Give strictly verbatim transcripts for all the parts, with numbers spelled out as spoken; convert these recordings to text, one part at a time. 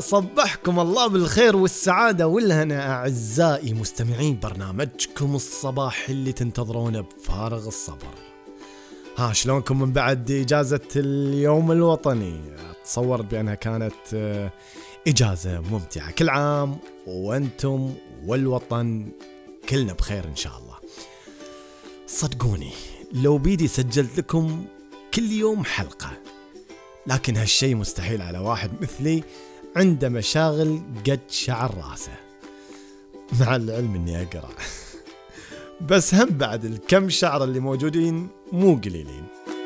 صبحكم الله بالخير والسعادة والهنا أعزائي مستمعين برنامجكم الصباح اللي تنتظرونه بفارغ الصبر. ها شلونكم من بعد إجازة اليوم الوطني؟ أتصور بأنها كانت إجازة ممتعة. كل عام وأنتم والوطن كلنا بخير إن شاء الله. صدقوني لو بيدي سجلت لكم كل يوم حلقة، لكن هالشي مستحيل على واحد مثلي عنده مشاغل قد شعر راسه، مع العلم اني اقرأ بس هم بعد الكم شعر اللي موجودين مو قليلين.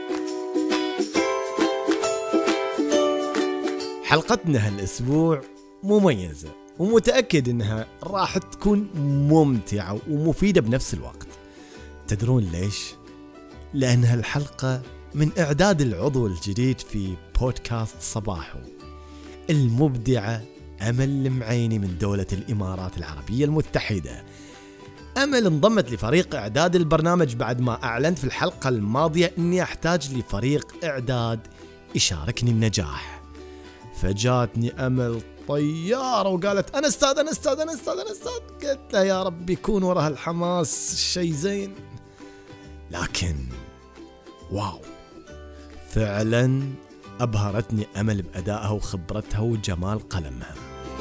حلقتنا هالاسبوع مميزة ومتأكد انها راح تكون ممتعة ومفيدة بنفس الوقت. تدرون ليش؟ لأن هالحلقة من إعداد العضو الجديد في بودكاست صباحو المبدعة أمل المعيني من دولة الإمارات العربية المتحدة. أمل انضمت لفريق إعداد البرنامج بعد ما أعلنت في الحلقة الماضية أني أحتاج لفريق إعداد يشاركني النجاح. فجاتني أمل طيارة وقالت أنا أستاذ أنا أستاذ أنا أستاذ أنا أستاذ. قلت له يا رب يكون وراها الحماس شيء زين، لكن واو فعلا أبهرتني أمل بأدائها وخبرتها وجمال قلمها.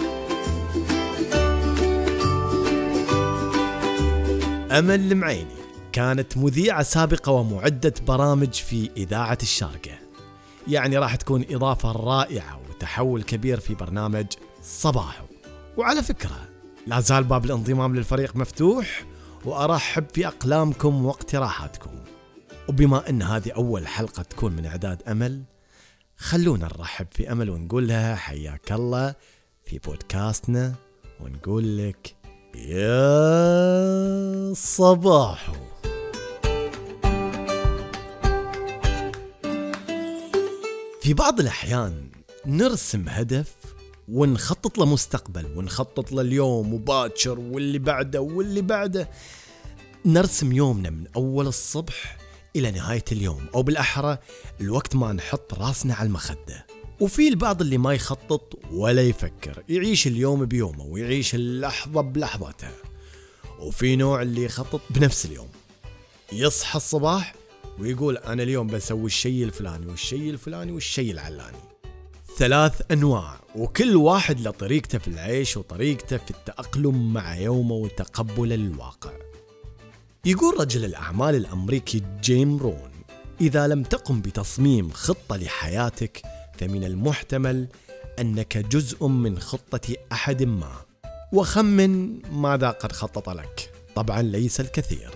أمل المعيني كانت مذيعة سابقة ومعدة برامج في إذاعة الشارقة، يعني راح تكون إضافة رائعة وتحول كبير في برنامج صباحو. وعلى فكرة لا زال باب الانضمام للفريق مفتوح، وأرحب في أقلامكم واقتراحاتكم. وبما أن هذه أول حلقة تكون من إعداد أمل، خلونا نرحب في أمل ونقول لها حياك الله في بودكاستنا، ونقول لك يا صباحو. في بعض الأحيان نرسم هدف ونخطط له مستقبل، ونخطط له اليوم وباكر واللي بعده واللي بعده. نرسم يومنا من أول الصبح إلى نهاية اليوم، أو بالأحرى الوقت ما نحط راسنا على المخدة. وفي البعض اللي ما يخطط ولا يفكر، يعيش اليوم بيومه ويعيش اللحظة بلحظتها. وفي نوع اللي يخطط بنفس اليوم، يصحى الصباح ويقول أنا اليوم بسوي الشيء الفلاني والشيء الفلاني والشيء العلاني. ثلاث أنواع، وكل واحد له طريقته في العيش وطريقته في التأقلم مع يومه وتقبل الواقع. يقول رجل الأعمال الأمريكي جيم رون: إذا لم تقم بتصميم خطة لحياتك فمن المحتمل أنك جزء من خطة أحد ما، وخمن ماذا قد خطط لك. طبعا ليس الكثير.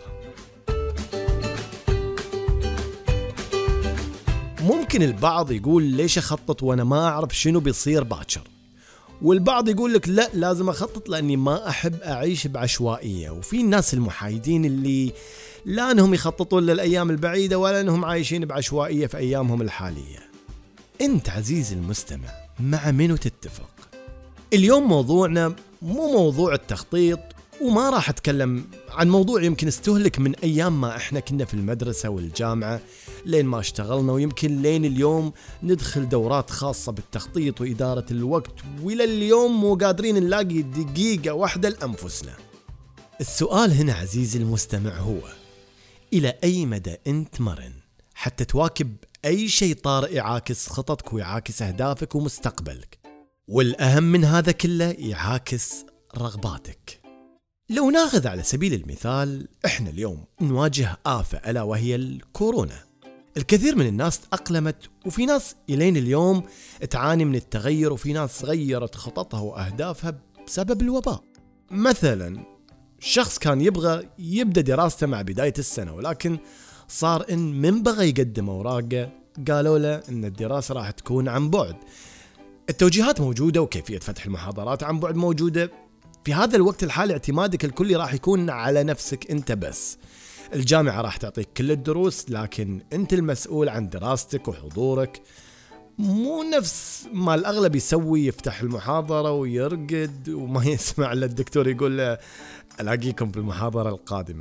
ممكن البعض يقول ليش أخطط وأنا ما أعرف شنو بيصير باكر، والبعض يقول لك لا لازم أخطط لأني ما أحب أعيش بعشوائية. وفي الناس المحايدين اللي لا أنهم يخططون للأيام البعيدة ولا أنهم عايشين بعشوائية في أيامهم الحالية. أنت عزيزي المستمع مع منو تتفق؟ اليوم موضوعنا مو موضوع التخطيط، وما راح أتكلم عن موضوع يمكن استهلك من أيام ما إحنا كنا في المدرسة والجامعة لين ما اشتغلنا، ويمكن لين اليوم ندخل دورات خاصة بالتخطيط وإدارة الوقت، وإلى اليوم مو قادرين نلاقي دقيقة واحدة لأنفسنا. السؤال هنا عزيزي المستمع هو: إلى أي مدى أنت مرن حتى تواكب أي شيء طارئ يعاكس خططك ويعاكس أهدافك ومستقبلك، والأهم من هذا كله يعاكس رغباتك؟ لو ناخذ على سبيل المثال، إحنا اليوم نواجه آفة ألا وهي الكورونا. الكثير من الناس تأقلمت، وفي ناس إلين اليوم تعاني من التغير، وفي ناس غيرت خططها وأهدافها بسبب الوباء. مثلا شخص كان يبغى يبدأ دراسته مع بداية السنة، ولكن صار إن من بغى يقدم أوراقه قالوا له إن الدراسة راح تكون عن بعد. التوجيهات موجودة وكيفية فتح المحاضرات عن بعد موجودة. في هذا الوقت الحالي اعتمادك الكلي راح يكون على نفسك أنت بس. الجامعة راح تعطيك كل الدروس، لكن أنت المسؤول عن دراستك وحضورك، مو نفس ما الأغلب يسوي، يفتح المحاضرة ويرقد وما يسمع للدكتور يقول له ألاقيكم في المحاضرة القادمة.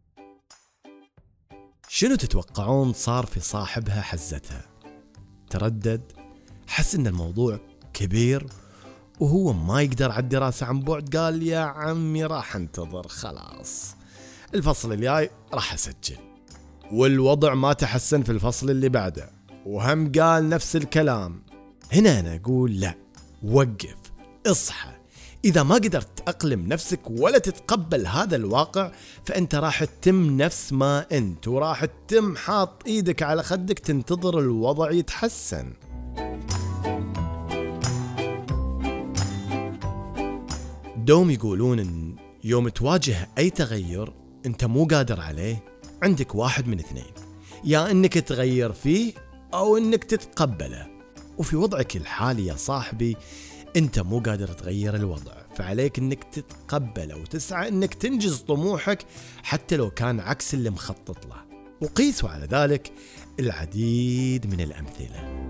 شنو تتوقعون صار في صاحبها حزتها؟ تردد، حس إن الموضوع كبير وهو ما يقدر على الدراسة عن بعد قال يا عمي راح انتظر خلاص الفصل الجاي راح أسجل. والوضع ما تحسن في الفصل اللي بعده وهم قال نفس الكلام. هنا أنا أقول لا، وقف، اصحى. إذا ما قدرت تأقلم نفسك ولا تتقبل هذا الواقع فأنت راح تتم نفس ما أنت، وراح تتم حاط إيدك على خدك تنتظر الوضع يتحسن. دوم يقولون إن يوم تواجه أي تغير أنت مو قادر عليه عندك واحد من اثنين، يا أنك تغير فيه أو أنك تتقبله. وفي وضعك الحالي يا صاحبي أنت مو قادر تغير الوضع، فعليك أنك تتقبله وتسعى أنك تنجز طموحك حتى لو كان عكس اللي مخطط له. وقيسوا على ذلك العديد من الأمثلة.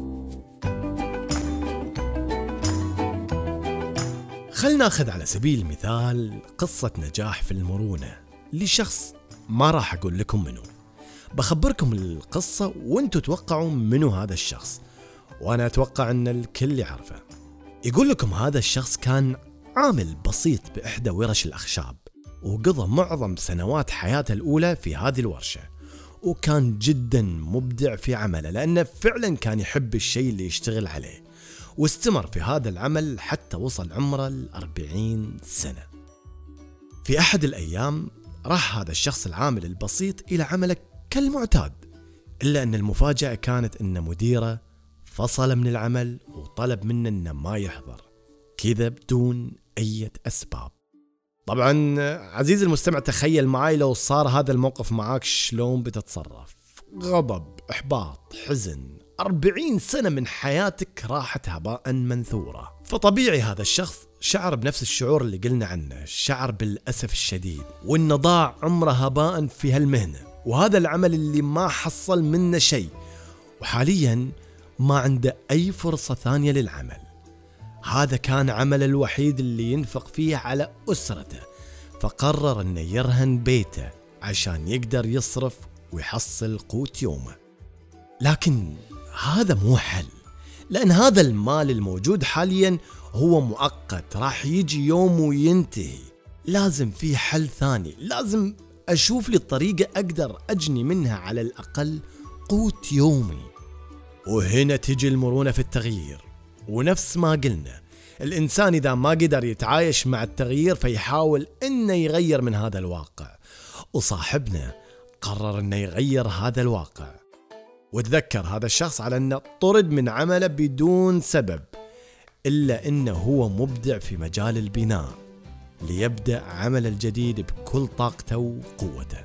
خلنا ناخذ على سبيل المثال قصة نجاح في المرونة لشخص ما راح أقول لكم منه. بخبركم القصة وانتوا توقعوا منو هذا الشخص، وأنا أتوقع أن الكل يعرفه. يقول لكم هذا الشخص كان عامل بسيط بإحدى ورش الأخشاب، وقضى معظم سنوات حياته الأولى في هذه الورشة، وكان جدا مبدع في عمله لأنه فعلا كان يحب الشيء اللي يشتغل عليه، واستمر في هذا العمل حتى وصل عمره الأربعين سنة. في أحد الأيام راح هذا الشخص العامل البسيط إلى عمله كالمعتاد، إلا أن المفاجأة كانت أن مديره فصل من العمل وطلب منه أنه ما يحضر كذا بدون أي أسباب. طبعا عزيز المستمع تخيل معي لو صار هذا الموقف معاك شلون بتتصرف؟ غضب، إحباط، حزن. أربعين سنة من حياتك راحت هباء منثورة. فطبيعي هذا الشخص شعر بنفس الشعور اللي قلنا عنه، شعر بالأسف الشديد وإن ضاع عمره هباء في هالمهنة وهذا العمل اللي ما حصل منه شيء، وحاليا ما عنده أي فرصة ثانية للعمل. هذا كان عمله الوحيد اللي ينفق فيه على أسرته، فقرر أنه يرهن بيته عشان يقدر يصرف ويحصل قوت يومه. لكن هذا مو حل، لأن هذا المال الموجود حاليا هو مؤقت، راح يجي يوم وينتهي. لازم في حل ثاني، لازم أشوف لي طريقة أقدر أجني منها على الأقل قوت يومي. وهنا تجي المرونة في التغيير. ونفس ما قلنا، الإنسان إذا ما قدر يتعايش مع التغيير فيحاول إنه يغير من هذا الواقع، وصاحبنا قرر إنه يغير هذا الواقع. وتذكر هذا الشخص على أنه طرد من عمله بدون سبب، إلا أنه هو مبدع في مجال البناء، ليبدأ عمل الجديد بكل طاقته وقوته.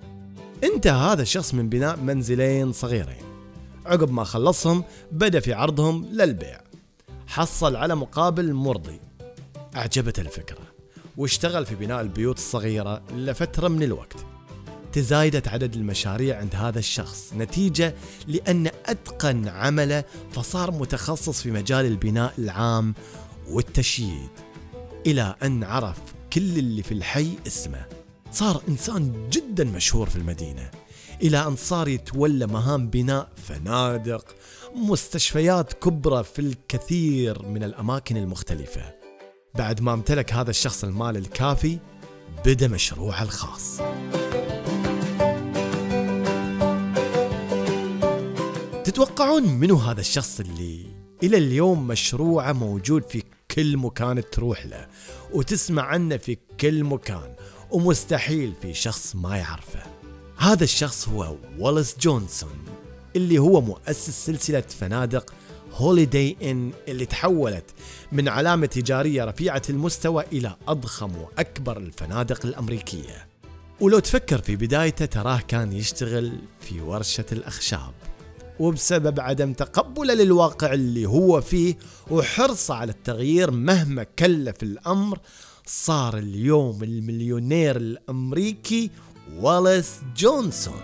انتهى هذا الشخص من بناء منزلين صغيرين، عقب ما خلصهم بدأ في عرضهم للبيع. حصل على مقابل مرضي، أعجبته الفكرة واشتغل في بناء البيوت الصغيرة لفترة من الوقت. تزايدت عدد المشاريع عند هذا الشخص نتيجة لأن أتقن عمله، فصار متخصص في مجال البناء العام والتشييد، إلى أن عرف كل اللي في الحي اسمه. صار إنسان جدا مشهور في المدينة، إلى أن صار يتولى مهام بناء فنادق، مستشفيات كبرى في الكثير من الأماكن المختلفة. بعد ما امتلك هذا الشخص المال الكافي بدأ مشروعه الخاص. تتوقعون منو هذا الشخص اللي إلى اليوم مشروعه موجود في كل مكان تروح له وتسمع عنه في كل مكان، ومستحيل في شخص ما يعرفه؟ هذا الشخص هو واليس جونسون، اللي هو مؤسس سلسلة فنادق هوليداي إن، اللي تحولت من علامة تجارية رفيعة المستوى إلى أضخم وأكبر الفنادق الأمريكية. ولو تفكر في بدايته تراه كان يشتغل في ورشة الأخشاب، وبسبب عدم تقبله للواقع اللي هو فيه وحرصه على التغيير مهما كلف الأمر، صار اليوم المليونير الأمريكي واليس جونسون.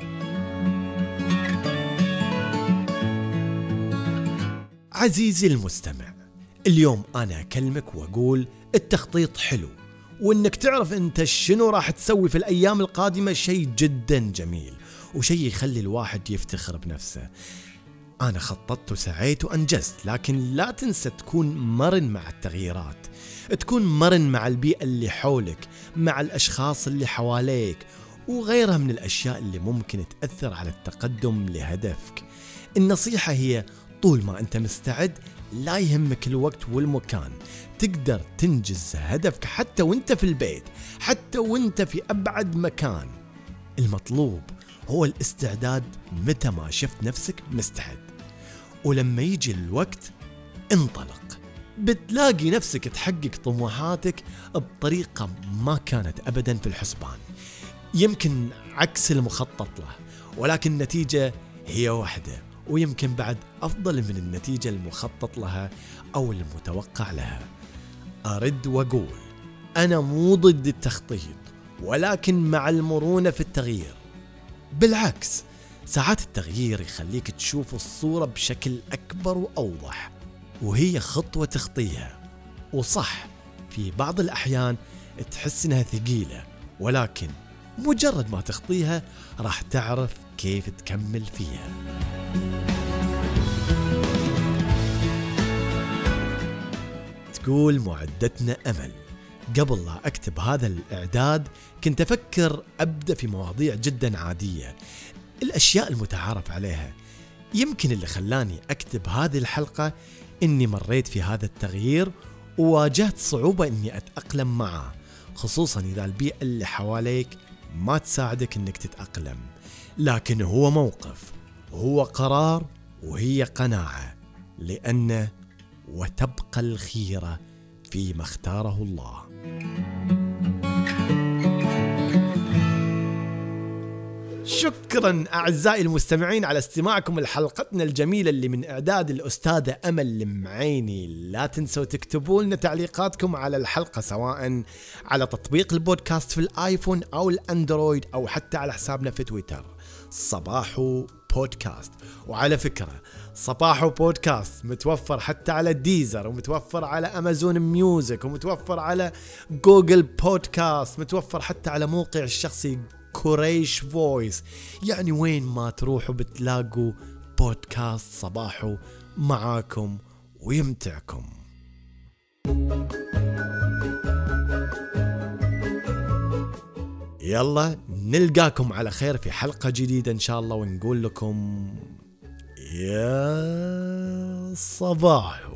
عزيزي المستمع، اليوم أنا أكلمك وأقول التخطيط حلو، وإنك تعرف أنت شنو راح تسوي في الأيام القادمة شيء جدا جميل وشيء يخلي الواحد يفتخر بنفسه. أنا خططت وسعيت وأنجزت، لكن لا تنسى تكون مرن مع التغييرات، تكون مرن مع البيئة اللي حولك، مع الأشخاص اللي حواليك وغيرها من الأشياء اللي ممكن تأثر على التقدم لهدفك. النصيحة هي طول ما أنت مستعد لا يهمك الوقت والمكان، تقدر تنجز هدفك حتى وانت في البيت، حتى وانت في أبعد مكان. المطلوب هو الاستعداد متى ما شفت نفسك مستعد، ولما يجي الوقت انطلق، بتلاقي نفسك تحقق طموحاتك بطريقة ما كانت أبدا في الحسبان، يمكن عكس المخطط له، ولكن النتيجة هي واحدة، ويمكن بعد أفضل من النتيجة المخطط لها أو المتوقع لها. أرد وأقول أنا مو ضد التخطيط، ولكن مع المرونة في التغيير. بالعكس، ساعات التغيير يخليك تشوف الصورة بشكل أكبر وأوضح، وهي خطوة تخطيها. وصح، في بعض الأحيان تحس إنها ثقيلة، ولكن مجرد ما تخطيها راح تعرف كيف تكمل فيها. تقول معدتنا أمل: قبل لا أكتب هذا الإعداد كنت أفكر أبدأ في مواضيع جدا عادية، الأشياء المتعارف عليها. يمكن اللي خلاني أكتب هذه الحلقة إني مريت في هذا التغيير وواجهت صعوبة إني أتأقلم معه، خصوصا إذا البيئة اللي حواليك ما تساعدك إنك تتأقلم. لكن هو موقف، هو قرار، وهي قناعة، لأن وتبقى الخيرة فيما اختاره الله. شكرا أعزائي المستمعين على استماعكم لحلقتنا الجميلة اللي من إعداد الأستاذة أمل المعيني. لا تنسوا تكتبوا لنا تعليقاتكم على الحلقة، سواء على تطبيق البودكاست في الآيفون أو الأندرويد، أو حتى على حسابنا في تويتر صباحو بودكاست. وعلى فكرة، صباحو بودكاست متوفر حتى على ديزر، ومتوفر على أمازون ميوزك، ومتوفر على جوجل بودكاست، متوفر حتى على موقع الشخصي كوريش فويس. يعني وين ما تروحوا بتلاقوا بودكاست صباحو معاكم ويمتعكم. يلا نلقاكم على خير في حلقة جديدة إن شاء الله، ونقول لكم يا صباحو.